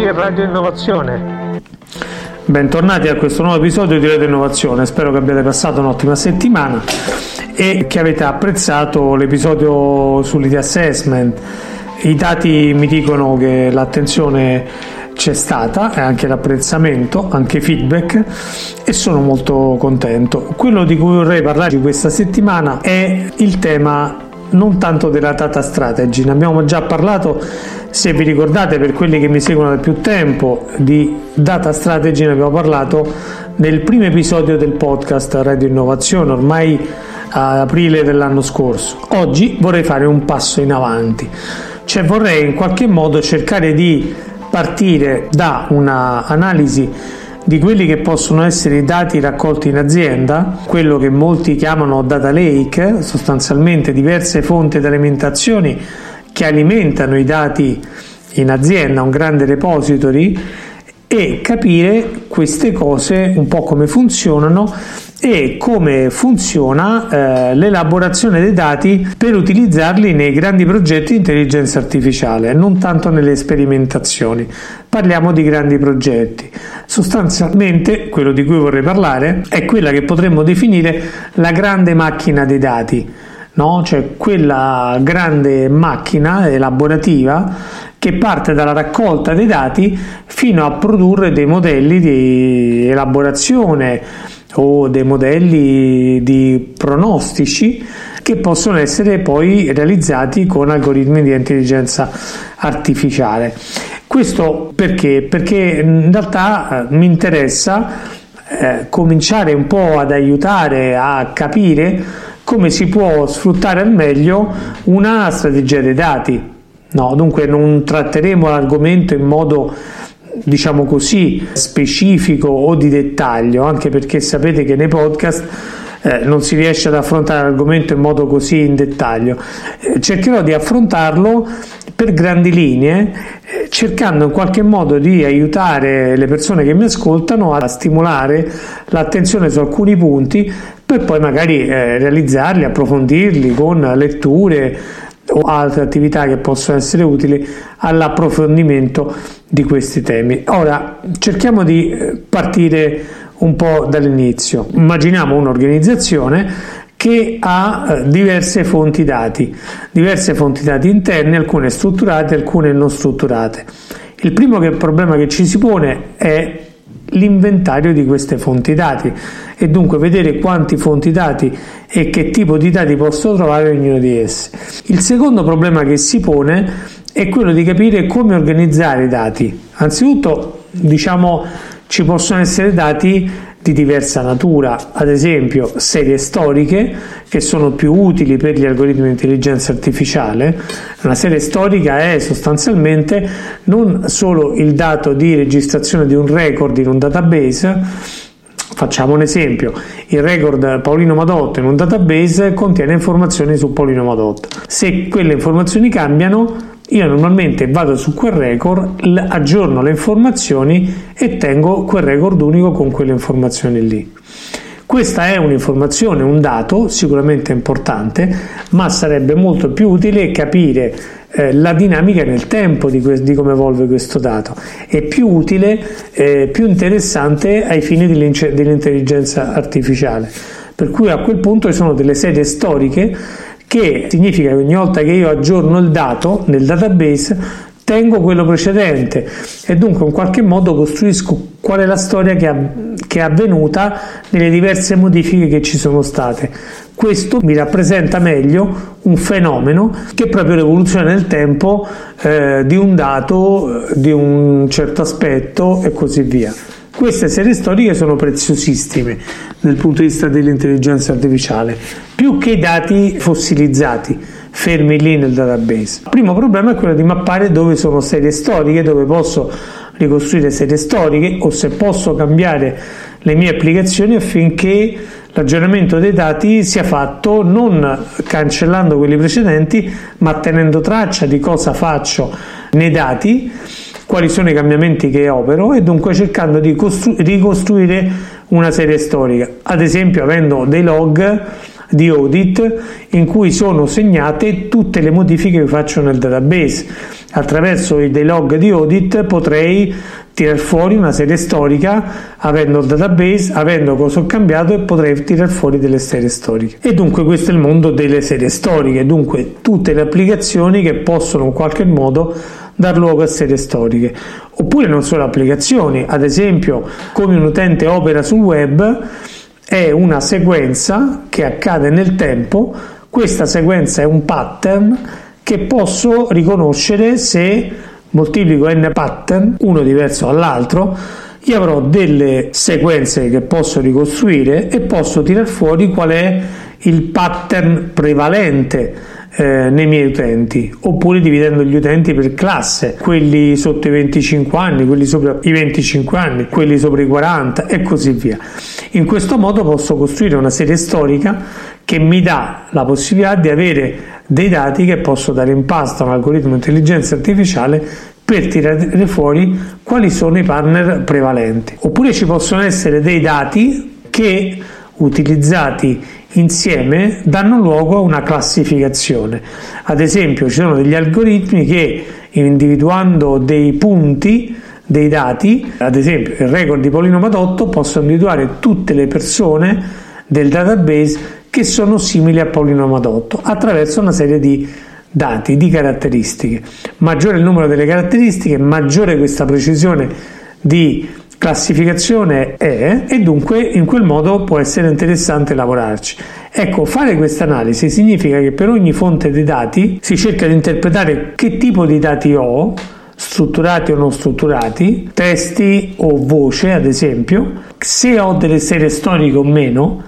a Radio Innovazione. Bentornati a questo nuovo episodio di Radio Innovazione. Spero che abbiate passato un'ottima settimana e che avete apprezzato l'episodio sull'IT Assessment. I dati mi dicono che l'attenzione c'è stata e anche l'apprezzamento, anche feedback, e sono molto contento. Quello di cui vorrei parlare questa settimana è il tema non tanto della data strategy. Ne abbiamo già parlato, se vi ricordate, per quelli che mi seguono da più tempo, di data strategy ne abbiamo parlato nel primo episodio del podcast Radio Innovazione, ormai a aprile dell'anno scorso. Oggi vorrei fare un passo in avanti, cioè vorrei in qualche modo cercare di partire da una analisi di quelli che possono essere i dati raccolti in azienda, quello che molti chiamano data lake, sostanzialmente diverse fonti di alimentazione che alimentano i dati in azienda, un grande repository, e capire queste cose, un po' come funzionano e come funziona l'elaborazione dei dati per utilizzarli nei grandi progetti di intelligenza artificiale, non tanto nelle sperimentazioni. Parliamo di grandi progetti. Sostanzialmente quello di cui vorrei parlare è quella che potremmo definire la grande macchina dei dati, no? Cioè quella grande macchina elaborativa che parte dalla raccolta dei dati fino a produrre dei modelli di elaborazione o dei modelli di pronostici che possono essere poi realizzati con algoritmi di intelligenza artificiale. Questo perché? Perché in realtà mi interessa cominciare un po' ad aiutare a capire come si può sfruttare al meglio una strategia dei dati. No, dunque non tratteremo l'argomento in modo, diciamo così, specifico o di dettaglio, anche perché sapete che nei podcast non si riesce ad affrontare l'argomento in modo così in dettaglio. Cercherò di affrontarlo per grandi linee, cercando in qualche modo di aiutare le persone che mi ascoltano a stimolare l'attenzione su alcuni punti per poi magari realizzarli, approfondirli con letture o altre attività che possono essere utili all'approfondimento di questi temi. Ora cerchiamo di partire un po' dall'inizio. Immaginiamo un'organizzazione che ha diverse fonti dati interne, alcune strutturate, alcune non strutturate. Il primo problema che ci si pone è l'inventario di queste fonti dati e dunque vedere quanti fonti dati e che tipo di dati posso trovare in ognuno di esse. Il secondo problema che si pone è quello di capire come organizzare i dati. Anzitutto, ci possono essere dati di diversa natura, ad esempio serie storiche che sono più utili per gli algoritmi di intelligenza artificiale. Una serie storica è sostanzialmente non solo il dato di registrazione di un record in un database. Facciamo un esempio: il record Paolino Madotto in un database contiene informazioni su Paolino Madotto. Se quelle informazioni cambiano, io normalmente vado su quel record, aggiorno le informazioni e tengo quel record unico con quelle informazioni lì. Questa è un'informazione, un dato sicuramente importante, ma sarebbe molto più utile capire la dinamica nel tempo di come evolve questo dato. È più utile, più interessante ai fini dell'intelligenza artificiale. Per cui a quel punto ci sono delle serie storiche, che significa che ogni volta che io aggiorno il dato nel database tengo quello precedente e dunque in qualche modo costruisco qual è la storia che è avvenuta nelle diverse modifiche che ci sono state. Questo mi rappresenta meglio un fenomeno che è proprio l'evoluzione nel tempo di un dato, di un certo aspetto e così via. Queste serie storiche sono preziosissime dal punto di vista dell'intelligenza artificiale, più che i dati fossilizzati, fermi lì nel database. Il primo problema è quello di mappare dove sono serie storiche, dove posso ricostruire serie storiche o se posso cambiare le mie applicazioni affinché l'aggiornamento dei dati sia fatto non cancellando quelli precedenti, ma tenendo traccia di cosa faccio nei dati, quali sono i cambiamenti che opero e dunque cercando di ricostruire una serie storica, ad esempio avendo dei log di audit in cui sono segnate tutte le modifiche che faccio nel database. Attraverso dei log di audit potrei tirar fuori una serie storica, avendo il database, avendo cosa ho cambiato, e potrei tirar fuori delle serie storiche. E dunque questo è il mondo delle serie storiche, dunque tutte le applicazioni che possono in qualche modo dar luogo a serie storiche. Oppure non solo applicazioni, ad esempio come un utente opera sul web è una sequenza che accade nel tempo. Questa sequenza è un pattern che posso riconoscere. Se moltiplico n pattern, uno diverso dall'altro, io avrò delle sequenze che posso ricostruire e posso tirar fuori qual è il pattern prevalente nei miei utenti, oppure dividendo gli utenti per classe, quelli sotto i 25 anni, quelli sopra i 25 anni, quelli sopra i 40 e così via. In questo modo posso costruire una serie storica che mi dà la possibilità di avere dei dati che posso dare in pasto a un algoritmo di intelligenza artificiale per tirare fuori quali sono i partner prevalenti. Oppure ci possono essere dei dati che, utilizzati insieme, danno luogo a una classificazione. Ad esempio ci sono degli algoritmi che, individuando dei punti dei dati, ad esempio il record di Paulino Matotto, possono individuare tutte le persone del database che sono simili a Paulino Matotto attraverso una serie di dati, di caratteristiche. Maggiore il numero delle caratteristiche, maggiore questa precisione di classificazione è, e dunque in quel modo può essere interessante lavorarci. Ecco, fare questa analisi significa che per ogni fonte dei dati si cerca di interpretare che tipo di dati ho, strutturati o non strutturati, testi o voce ad esempio, se ho delle serie storiche o meno,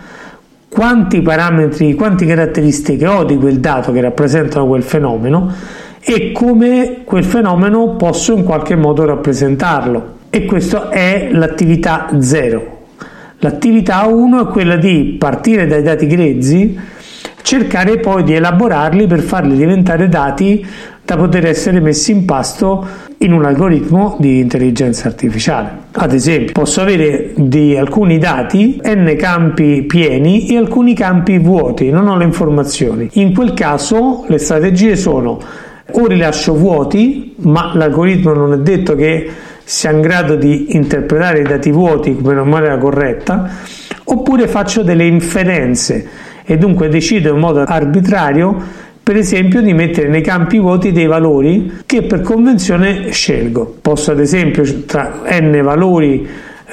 quanti parametri, quante caratteristiche ho di quel dato che rappresentano quel fenomeno e come quel fenomeno posso in qualche modo rappresentarlo. E questa è l'attività 0. L'attività 1 è quella di partire dai dati grezzi, cercare poi di elaborarli per farli diventare dati da poter essere messi in pasto in un algoritmo di intelligenza artificiale. Ad esempio, posso avere di alcuni dati n campi pieni e alcuni campi vuoti, non ho le informazioni. In quel caso le strategie sono: o rilascio vuoti, ma l'algoritmo non è detto che sia in grado di interpretare i dati vuoti come in maniera corretta, oppure faccio delle inferenze e dunque decido in modo arbitrario, per esempio, di mettere nei campi vuoti dei valori che per convenzione scelgo. Posso ad esempio, tra n valori,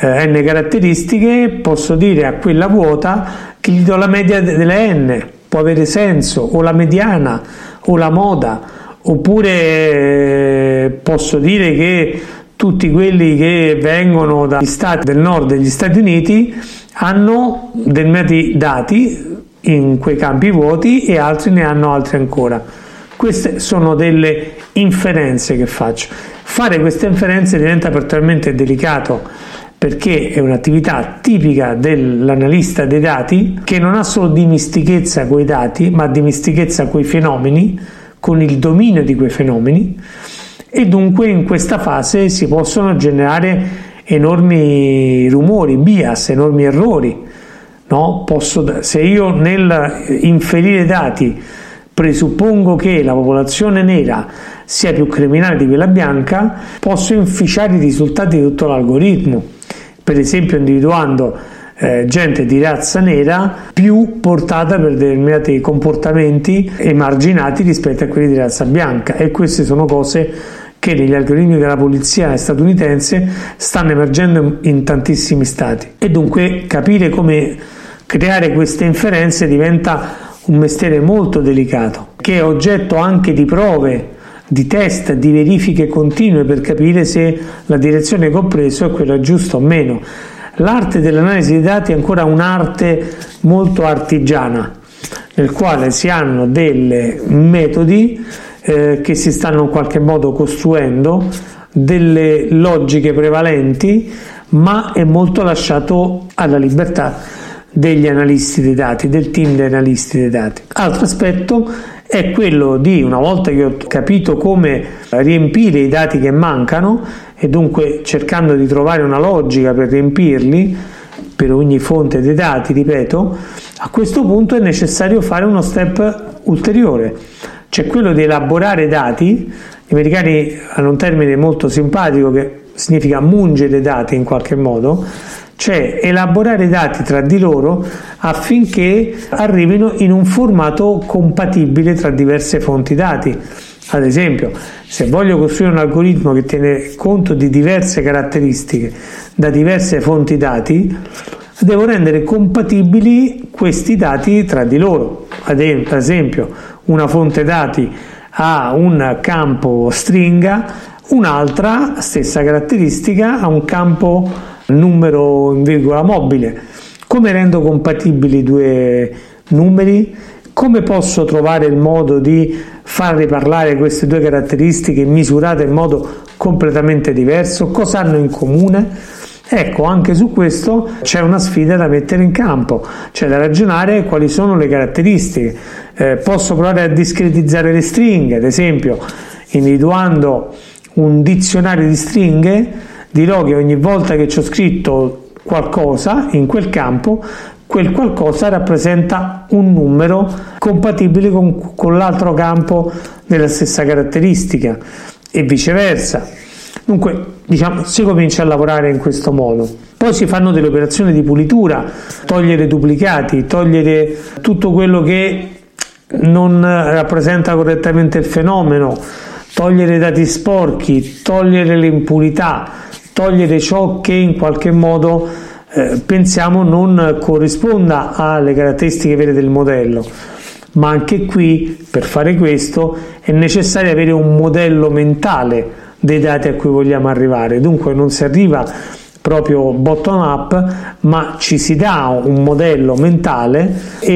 n caratteristiche, posso dire a quella vuota che gli do la media delle n, può avere senso, o la mediana o la moda, oppure posso dire che tutti quelli che vengono dagli stati del nord degli Stati Uniti hanno determinati dati in quei campi vuoti e altri ne hanno altri ancora. Queste sono delle inferenze che faccio. Fare queste inferenze diventa particolarmente delicato, perché è un'attività tipica dell'analista dei dati, che non ha solo dimestichezza coi dati, ma dimestichezza coi fenomeni, con il dominio di quei fenomeni, e dunque in questa fase si possono generare enormi rumori, bias, enormi errori. No? Se io nel inferire dati presuppongo che la popolazione nera sia più criminale di quella bianca, posso inficiare i risultati di tutto l'algoritmo, per esempio individuando gente di razza nera più portata per determinati comportamenti emarginati rispetto a quelli di razza bianca, e queste sono cose che negli algoritmi della polizia statunitense stanno emergendo in tantissimi stati, e dunque capire come creare queste inferenze diventa un mestiere molto delicato, che è oggetto anche di prove, di test, di verifiche continue per capire se la direzione che ho preso è quella giusta o meno. L'arte dell'analisi dei dati è ancora un'arte molto artigiana, nel quale si hanno dei metodi che si stanno in qualche modo costruendo, delle logiche prevalenti, ma è molto lasciato alla libertà degli analisti dei dati, del team di analisti dei dati. Altro aspetto è quello di, una volta che ho capito come riempire i dati che mancano, e dunque cercando di trovare una logica per riempirli per ogni fonte dei dati, ripeto, A questo punto è necessario fare uno step ulteriore, cioè quello di elaborare dati. Gli americani hanno un termine molto simpatico che significa mungere dati in qualche modo, cioè elaborare dati tra di loro affinché arrivino in un formato compatibile tra diverse fonti dati. Ad esempio, se voglio costruire un algoritmo che tiene conto di diverse caratteristiche da diverse fonti dati, devo rendere compatibili questi dati tra di loro. Ad esempio, una fonte dati ha un campo stringa, un'altra, stessa caratteristica, ha un campo numero in virgola mobile. Come rendo compatibili i due numeri? Come posso trovare il modo di farli parlare queste due caratteristiche misurate in modo completamente diverso? Cosa hanno in comune? Ecco, anche su questo c'è una sfida da mettere in campo, c'è da ragionare quali sono le caratteristiche. Posso provare a discretizzare le stringhe, ad esempio, individuando un dizionario di stringhe, dirò che ogni volta che ci ho scritto qualcosa in quel campo, quel qualcosa rappresenta un numero compatibile con l'altro campo della stessa caratteristica e viceversa. Dunque, si comincia a lavorare in questo modo. Poi si fanno delle operazioni di pulitura, togliere duplicati, togliere tutto quello che non rappresenta correttamente il fenomeno, togliere i dati sporchi, togliere le impurità, togliere ciò che in qualche modo pensiamo non corrisponda alle caratteristiche vere del modello. Ma anche qui, per fare questo, è necessario avere un modello mentale dei dati a cui vogliamo arrivare. Dunque non si arriva proprio bottom up, ma ci si dà un modello mentale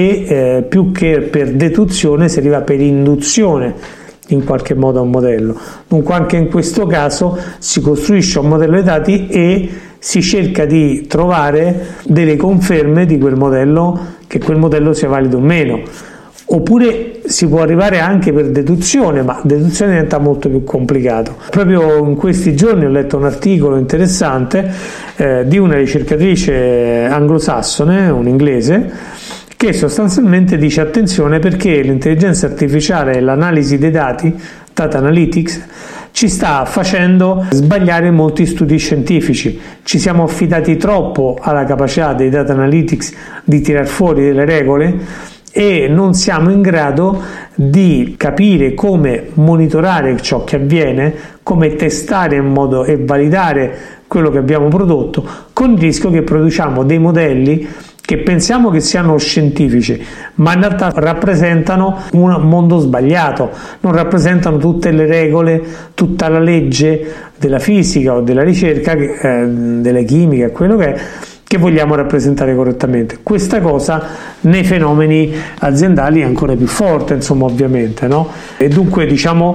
e più che per deduzione si arriva per induzione in qualche modo a un modello. Dunque anche in questo caso si costruisce un modello dei dati e si cerca di trovare delle conferme di quel modello, che quel modello sia valido o meno. Oppure si può arrivare anche per deduzione, ma deduzione diventa molto più complicato. Proprio in questi giorni ho letto un articolo interessante di una ricercatrice anglosassone, un inglese, che sostanzialmente dice: attenzione, perché l'intelligenza artificiale e l'analisi dei dati, data analytics, ci sta facendo sbagliare molti studi scientifici. Ci siamo affidati troppo alla capacità dei data analytics di tirar fuori delle regole e non siamo in grado di capire come monitorare ciò che avviene, come testare in modo e validare quello che abbiamo prodotto, con il rischio che produciamo dei modelli che pensiamo che siano scientifici, ma in realtà rappresentano un mondo sbagliato, non rappresentano tutte le regole, tutta la legge della fisica o della ricerca, della chimica, quello che vogliamo rappresentare correttamente. Questa cosa nei fenomeni aziendali è ancora più forte, insomma, ovviamente, no? E dunque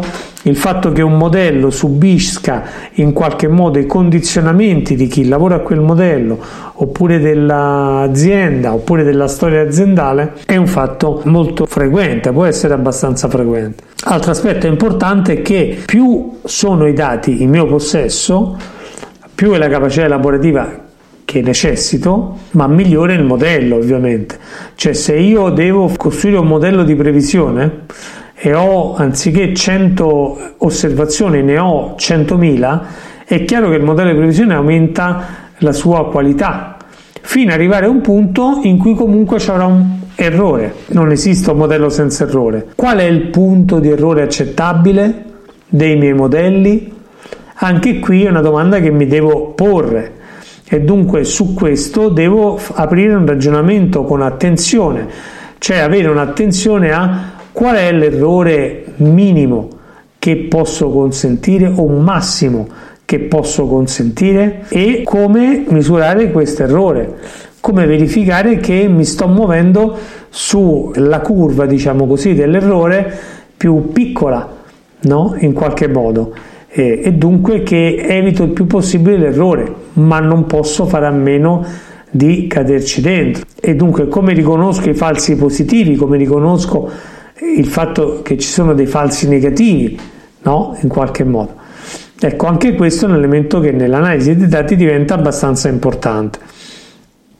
il fatto che un modello subisca in qualche modo i condizionamenti di chi lavora a quel modello, oppure dell'azienda, oppure della storia aziendale, è un fatto molto frequente, può essere abbastanza frequente. Altro aspetto importante è che più sono i dati in mio possesso, più è la capacità elaborativa che necessito, ma migliore il modello, ovviamente. Cioè, se io devo costruire un modello di previsione e ho, anziché 100 osservazioni, ne ho 100.000, è chiaro che il modello di previsione aumenta la sua qualità, fino ad arrivare a un punto in cui comunque ci avrà un errore. Non esiste un modello senza errore. Qual è il punto di errore accettabile dei miei modelli? Anche qui è una domanda che mi devo porre. E dunque su questo devo aprire un ragionamento con attenzione, cioè avere un'attenzione a qual è l'errore minimo che posso consentire o un massimo che posso consentire e come misurare questo errore, come verificare che mi sto muovendo sulla curva, dell'errore più piccola, no? In qualche modo. E dunque che evito il più possibile l'errore, ma non posso fare a meno di caderci dentro. E dunque come riconosco i falsi positivi, come riconosco il fatto che ci sono dei falsi negativi, no? In qualche modo. Ecco, anche questo è un elemento che nell'analisi dei dati diventa abbastanza importante.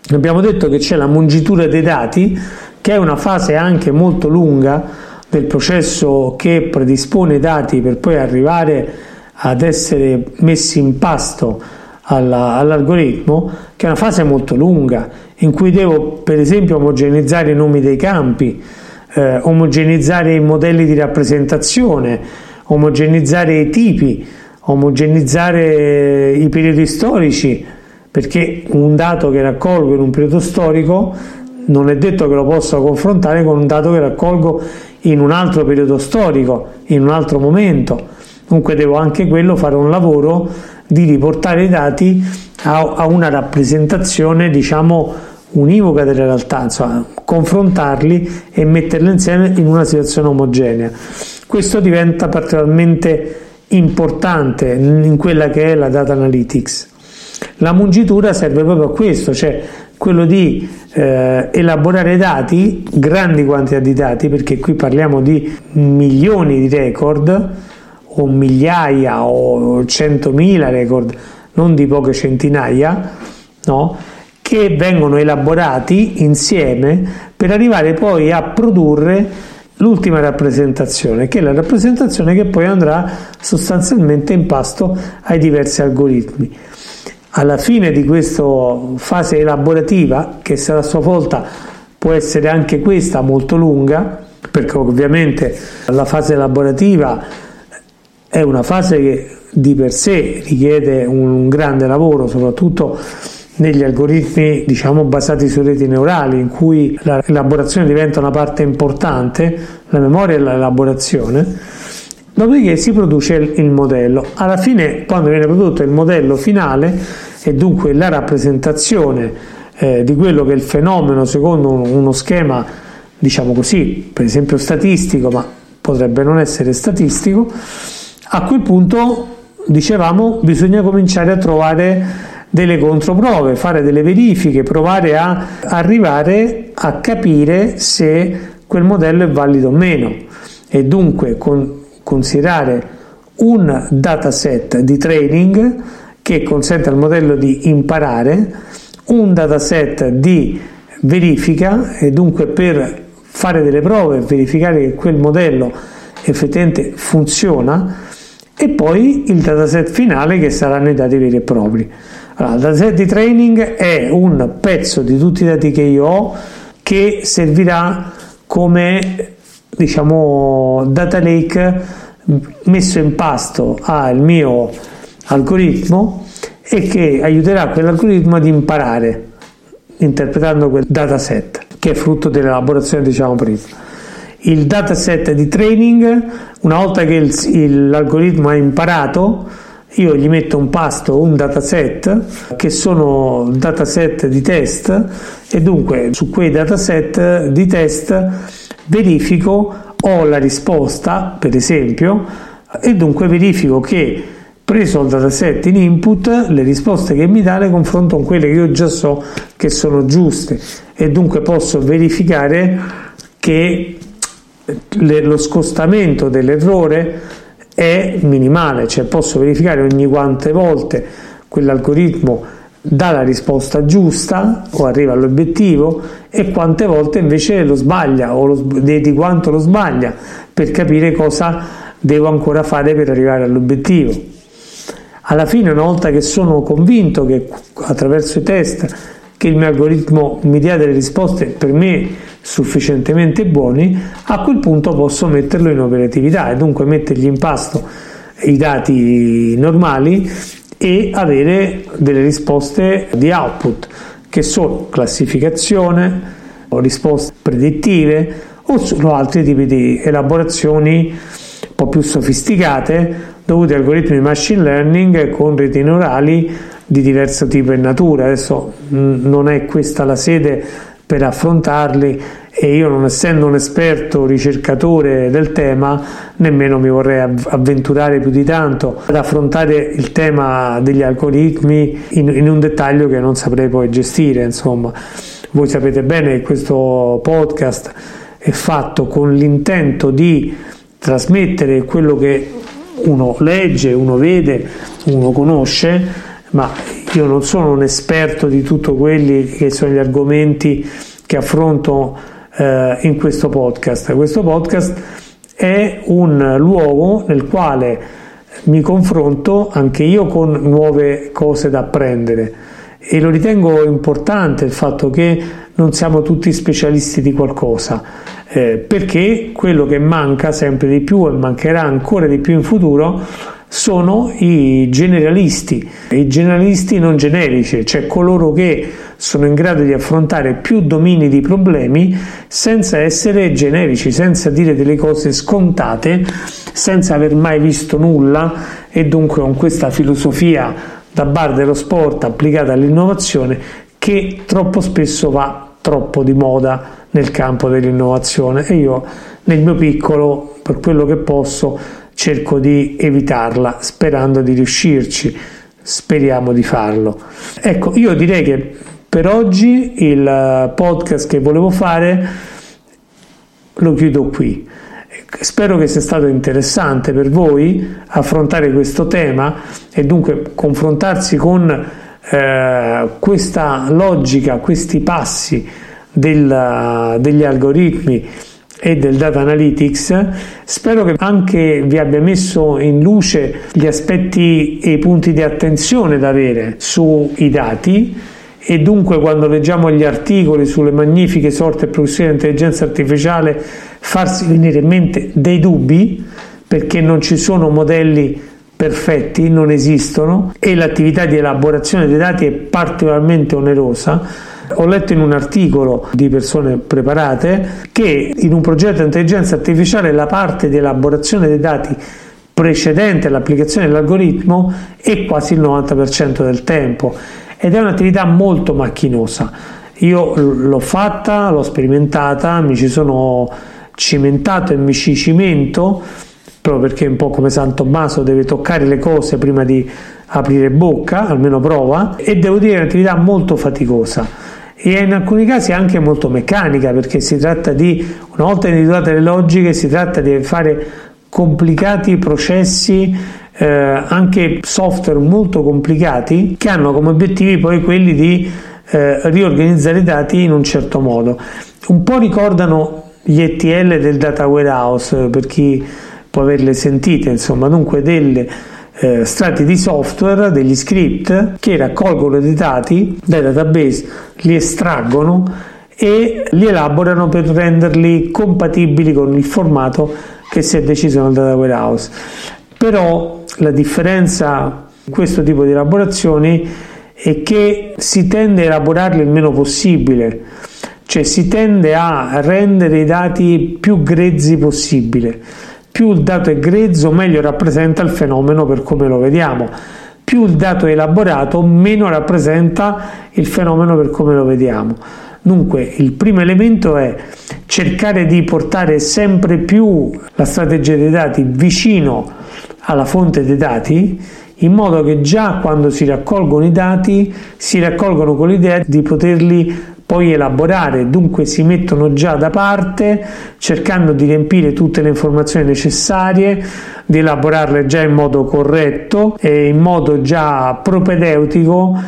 abbiamo detto che c'è la mungitura dei dati, che è una fase anche molto lunga del processo che predispone i dati per poi arrivare ad essere messi in pasto all'algoritmo, che è una fase molto lunga in cui devo per esempio omogenizzare i nomi dei campi, omogenizzare i modelli di rappresentazione, omogenizzare i tipi, omogenizzare i periodi storici, perché un dato che raccolgo in un periodo storico non è detto che lo possa confrontare con un dato che raccolgo in un altro periodo storico, in un altro momento. Dunque devo anche quello fare un lavoro di riportare i dati a una rappresentazione, diciamo, univoca della realtà, insomma, confrontarli e metterli insieme in una situazione omogenea. Questo diventa particolarmente importante in quella che è la data analytics. La mungitura serve proprio a questo, cioè quello di elaborare dati, grandi quantità di dati, perché qui parliamo di milioni di record o migliaia o 100.000 record, non di poche centinaia, no? Che vengono elaborati insieme per arrivare poi a produrre l'ultima rappresentazione, che è la rappresentazione che poi andrà sostanzialmente in pasto ai diversi algoritmi. Alla fine di questa fase elaborativa, che a sua volta può essere anche questa molto lunga, perché ovviamente la fase elaborativa è una fase che di per sé richiede un grande lavoro, soprattutto negli algoritmi, diciamo, basati su reti neurali, in cui l'elaborazione diventa una parte importante, la memoria e l'elaborazione. Dopodiché si produce il modello. Alla fine, quando viene prodotto il modello finale, e dunque la rappresentazione di quello che è il fenomeno secondo uno schema, diciamo così, per esempio statistico, ma potrebbe non essere statistico, a quel punto, dicevamo, bisogna cominciare a trovare delle controprove, fare delle verifiche, provare a arrivare a capire se quel modello è valido o meno, e dunque considerare un dataset di training che consente al modello di imparare, un dataset di verifica, e dunque per fare delle prove e verificare che quel modello effettivamente funziona, e poi il dataset finale che saranno i dati veri e propri. Allora, il dataset di training è un pezzo di tutti i dati che io ho che servirà come, diciamo, data lake messo in pasto al mio algoritmo e che aiuterà quell'algoritmo ad imparare interpretando quel dataset che è frutto dell'elaborazione, diciamo prima. Il dataset di training, una volta che l'algoritmo ha imparato, io gli metto in pasto un dataset che sono dataset di test, e dunque su quei dataset di test verifico, ho la risposta per esempio, e dunque verifico che, preso il dataset in input, le risposte che mi dà le confronto con quelle che io già so che sono giuste, e dunque posso verificare che lo scostamento dell'errore è minimale, cioè posso verificare ogni quante volte quell'algoritmo dà la risposta giusta o arriva all'obiettivo e quante volte invece lo sbaglia o di quanto lo sbaglia, per capire cosa devo ancora fare per arrivare all'obiettivo. Alla fine, una volta che sono convinto che attraverso i test che il mio algoritmo mi dia delle risposte per me sufficientemente buoni, a quel punto posso metterlo in operatività e dunque mettergli in pasto i dati normali e avere delle risposte di output che sono classificazione o risposte predittive, o sono altri tipi di elaborazioni un po' più sofisticate dovute a algoritmi di machine learning con reti neurali di diverso tipo e natura. Adesso non è questa la sede per affrontarli, e io, non essendo un esperto ricercatore del tema, nemmeno mi vorrei avventurare più di tanto ad affrontare il tema degli algoritmi in un dettaglio che non saprei poi gestire. Insomma, voi sapete bene che questo podcast è fatto con l'intento di trasmettere quello che uno legge, uno vede, uno conosce, ma io non sono un esperto di tutti quelli che sono gli argomenti che affronto in questo podcast. Questo podcast è un luogo nel quale mi confronto anche io con nuove cose da apprendere, e lo ritengo importante il fatto che non siamo tutti specialisti di qualcosa, perché quello che manca sempre di più e mancherà ancora di più in futuro sono i generalisti non generici, cioè coloro che sono in grado di affrontare più domini di problemi senza essere generici, senza dire delle cose scontate, senza aver mai visto nulla, e dunque con questa filosofia da bar dello sport applicata all'innovazione che troppo spesso va troppo di moda nel campo dell'innovazione, e io nel mio piccolo, per quello che posso, cerco di evitarla, sperando di riuscirci. Speriamo di farlo. Ecco, io direi che per oggi il podcast che volevo fare lo chiudo qui. Spero che sia stato interessante per voi affrontare questo tema e dunque confrontarsi con questa logica, questi passi degli algoritmi e del data analytics. Spero che anche vi abbia messo in luce gli aspetti e i punti di attenzione da avere sui dati, e dunque quando leggiamo gli articoli sulle magnifiche sorti e progressione dell'intelligenza artificiale farsi venire in mente dei dubbi, perché non ci sono modelli perfetti, non esistono, e l'attività di elaborazione dei dati è particolarmente onerosa. Ho letto in un articolo di persone preparate che in un progetto di intelligenza artificiale la parte di elaborazione dei dati precedente all'applicazione dell'algoritmo è quasi il 90% del tempo, ed è un'attività molto macchinosa. Io l'ho fatta, l'ho sperimentata, mi ci sono cimentato e mi ci cimento, proprio perché un po' come San Tommaso deve toccare le cose prima di aprire bocca, almeno prova, e devo dire che è un'attività molto faticosa e in alcuni casi anche molto meccanica, perché si tratta di, una volta individuate le logiche, si tratta di fare complicati processi, anche software molto complicati, che hanno come obiettivi poi quelli di riorganizzare i dati in un certo modo. Un po' ricordano gli ETL del data warehouse, per chi può averle sentite, insomma, dunque delle strati di software, degli script che raccolgono dei dati dai database, li estraggono e li elaborano per renderli compatibili con il formato che si è deciso nel data warehouse. Però la differenza in questo tipo di elaborazioni è che si tende a elaborarli il meno possibile, cioè si tende a rendere i dati più grezzi possibile. Più il dato è grezzo, meglio rappresenta il fenomeno per come lo vediamo. Più il dato è elaborato, meno rappresenta il fenomeno per come lo vediamo. Dunque, il primo elemento è cercare di portare sempre più la strategia dei dati vicino alla fonte dei dati, in modo che già quando si raccolgono i dati si raccolgono con l'idea di poterli poi elaborare, dunque si mettono già da parte cercando di riempire tutte le informazioni necessarie, di elaborarle già in modo corretto e in modo già propedeutico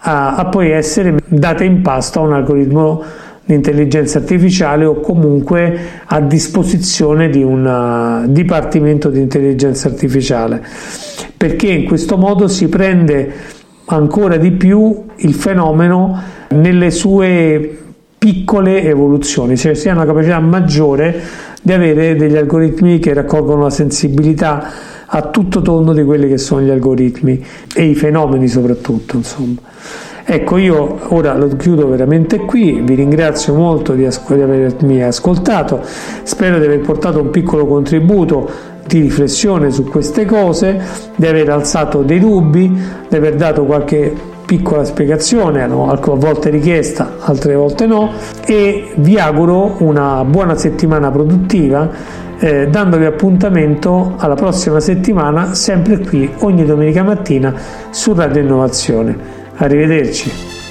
a poi essere date in pasto a un algoritmo di intelligenza artificiale o comunque a disposizione di un dipartimento di intelligenza artificiale, perché in questo modo si prende ancora di più il fenomeno nelle sue piccole evoluzioni, cioè si ha una capacità maggiore di avere degli algoritmi che raccolgono la sensibilità a tutto tondo di quelli che sono gli algoritmi e i fenomeni soprattutto, insomma. Ecco, io ora lo chiudo veramente qui, vi ringrazio molto di avermi ascoltato, spero di aver portato un piccolo contributo di riflessione su queste cose, di aver alzato dei dubbi, di aver dato qualche piccola spiegazione, a volte richiesta, altre volte no, e vi auguro una buona settimana produttiva, dandovi appuntamento alla prossima settimana, sempre qui ogni domenica mattina su Radio Innovazione. Arrivederci.